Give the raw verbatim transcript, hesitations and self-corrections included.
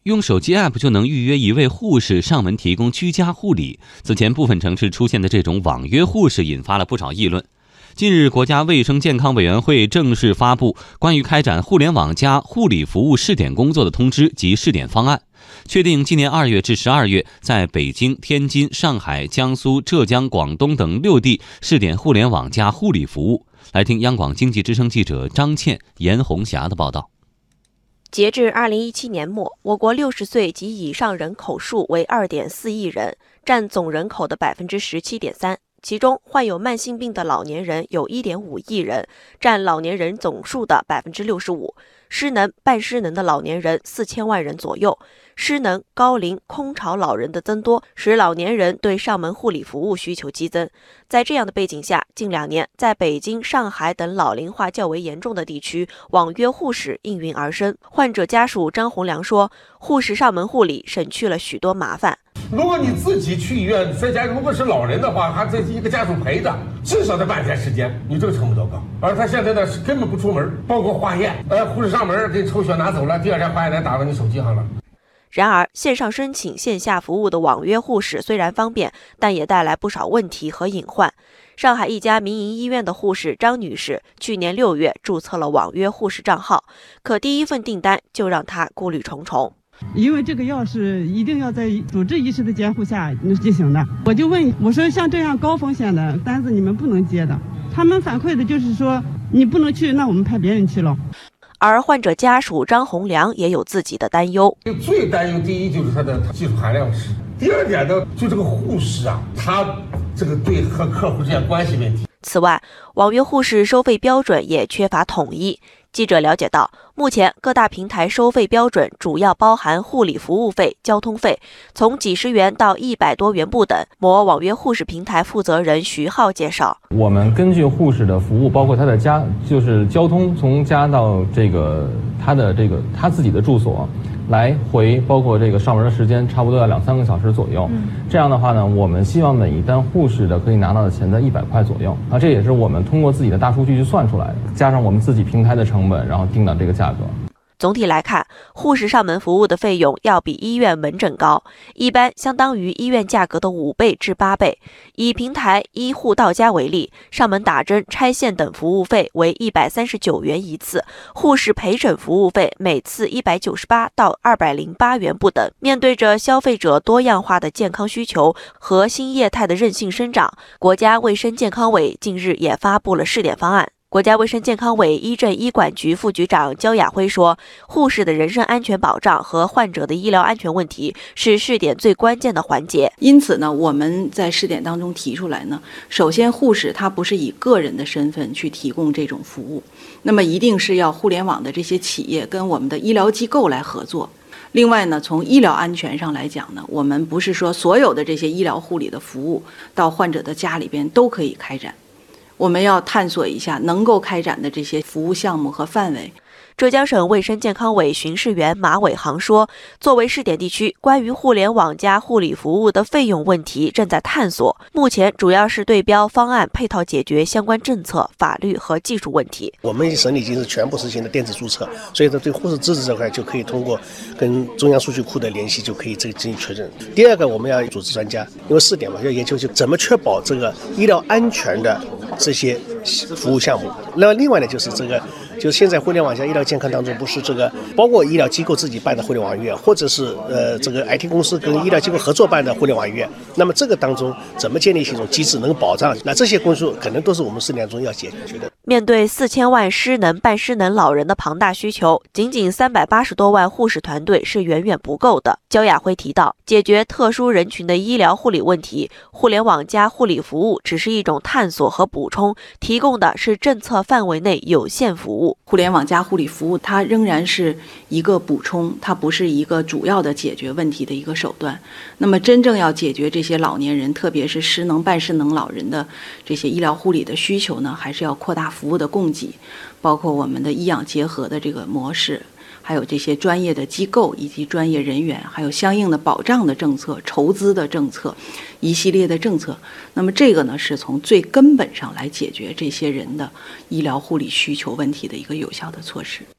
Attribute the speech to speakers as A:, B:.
A: 用手机 App 就能预约一位护士上门提供居家护理。此前部分城市出现的这种网约护士引发了不少议论。近日，国家卫生健康委员会正式发布关于开展互联网加护理服务试点工作的通知及试点方案，确定今年二月至十二月在北京、天津、上海、江苏、浙江、广东等六地试点互联网加护理服务。来听央广经济之声记者张倩、严红霞的报道。
B: 截至二零一七年末，我国六十岁及以上人口数为二点四亿人，占总人口的百分之十七点三。其中，患有慢性病的老年人有一点五亿人，占老年人总数的百分之六十五。失能、半失能的老年人四千万人左右。失能、高龄、空巢老人的增多，使老年人对上门护理服务需求激增。在这样的背景下，近两年，在北京、上海等老龄化较为严重的地区，网约护士应运而生。患者家属张洪良说，护士上门护理省去了许多麻烦。
C: 如果你自己去医院，在家如果是老人的话，还这一个家属陪着，至少得半天时间，你这个成本多高？而他现在呢是根本不出门，包括化验，呃，护士上门给你抽血拿走了，第二天化验单打到你手机上了。
B: 然而，线上申请、线下服务的网约护士虽然方便，但也带来不少问题和隐患。上海一家民营医院的护士张女士，去年六月注册了网约护士账号，可第一份订单就让她顾虑重重。
D: 因为这个药是一定要在主治医师的监护下进行的，我就问我说，像这样高风险的单子你们不能接的，他们反馈的就是说你不能去，那我们派别人去了。
B: 而患者家属张洪良也有自己的担忧。
C: 最担忧第一就是他的技术含量是，第二点呢，就这个护士啊，他这个对和客户之间关系问题。
B: 此外，网约护士收费标准也缺乏统一。记者了解到，目前各大平台收费标准主要包含护理服务费、交通费，从几十元到一百多元不等。某网约护士平台负责人徐浩介绍，
E: 我们根据护士的服务，包括他的家，就是交通从家到这个他的这个他自己的住所，来回包括这个上门的时间，差不多要两三个小时左右。嗯、这样的话呢，我们希望每一单护士的可以拿到的钱在一百块左右。啊，这也是我们通过自己的大数据去算出来的，加上我们自己平台的成本，然后定到这个价格。
B: 总体来看，护士上门服务的费用要比医院门诊高，一般相当于医院价格的五倍至八倍。以平台医护到家为例，上门打针、拆线等服务费为一百三十九元一次，护士陪诊服务费每次一百九十八到二百零八元不等。面对着消费者多样化的健康需求和新业态的韧性生长，国家卫生健康委近日也发布了试点方案。国家卫生健康委医政医管局副局长焦亚辉说，护士的人身安全保障和患者的医疗安全问题是试点最关键的环节。
F: 因此呢，我们在试点当中提出来呢，首先护士他不是以个人的身份去提供这种服务，那么一定是要互联网的这些企业跟我们的医疗机构来合作。另外呢，从医疗安全上来讲呢，我们不是说所有的这些医疗护理的服务到患者的家里边都可以开展，我们要探索一下能够开展的这些服务项目和范围。
B: 浙江省卫生健康委巡视员马伟航说，作为试点地区，关于互联网加护理服务的费用问题正在探索，目前主要是对标方案，配套解决相关政策、法律和技术问题。
G: 我们省里已经是全部实行的电子注册，所以说对护士资质这块就可以通过跟中央数据库的联系就可以进行确认。第二个，我们要组织专家，因为试点嘛，要研究就怎么确保这个医疗安全的这些服务项目。那另外呢，就是这个就是现在互联网加医疗健康当中，不是这个包括医疗机构自己办的互联网医院，或者是呃这个 I T 公司跟医疗机构合作办的互联网医院。那么这个当中怎么建立一种机制能保障？那这些工作可能都是我们试点中要解决的。
B: 面对四千万失能、半失能老人的庞大需求，仅仅三百八十多万护士团队是远远不够的。焦亚辉提到，解决特殊人群的医疗护理问题，互联网加护理服务只是一种探索和补充，提供的是政策范围内有限服务。
F: 互联网加护理服务，它仍然是一个补充，它不是一个主要的解决问题的一个手段。那么，真正要解决这些老年人，特别是失能、半失能老人的这些医疗护理的需求呢，还是要扩大服务的供给，包括我们的医养结合的这个模式，还有这些专业的机构以及专业人员，还有相应的保障的政策、筹资的政策，一系列的政策。那么这个呢，是从最根本上来解决这些人的医疗护理需求问题的一个有效的措施。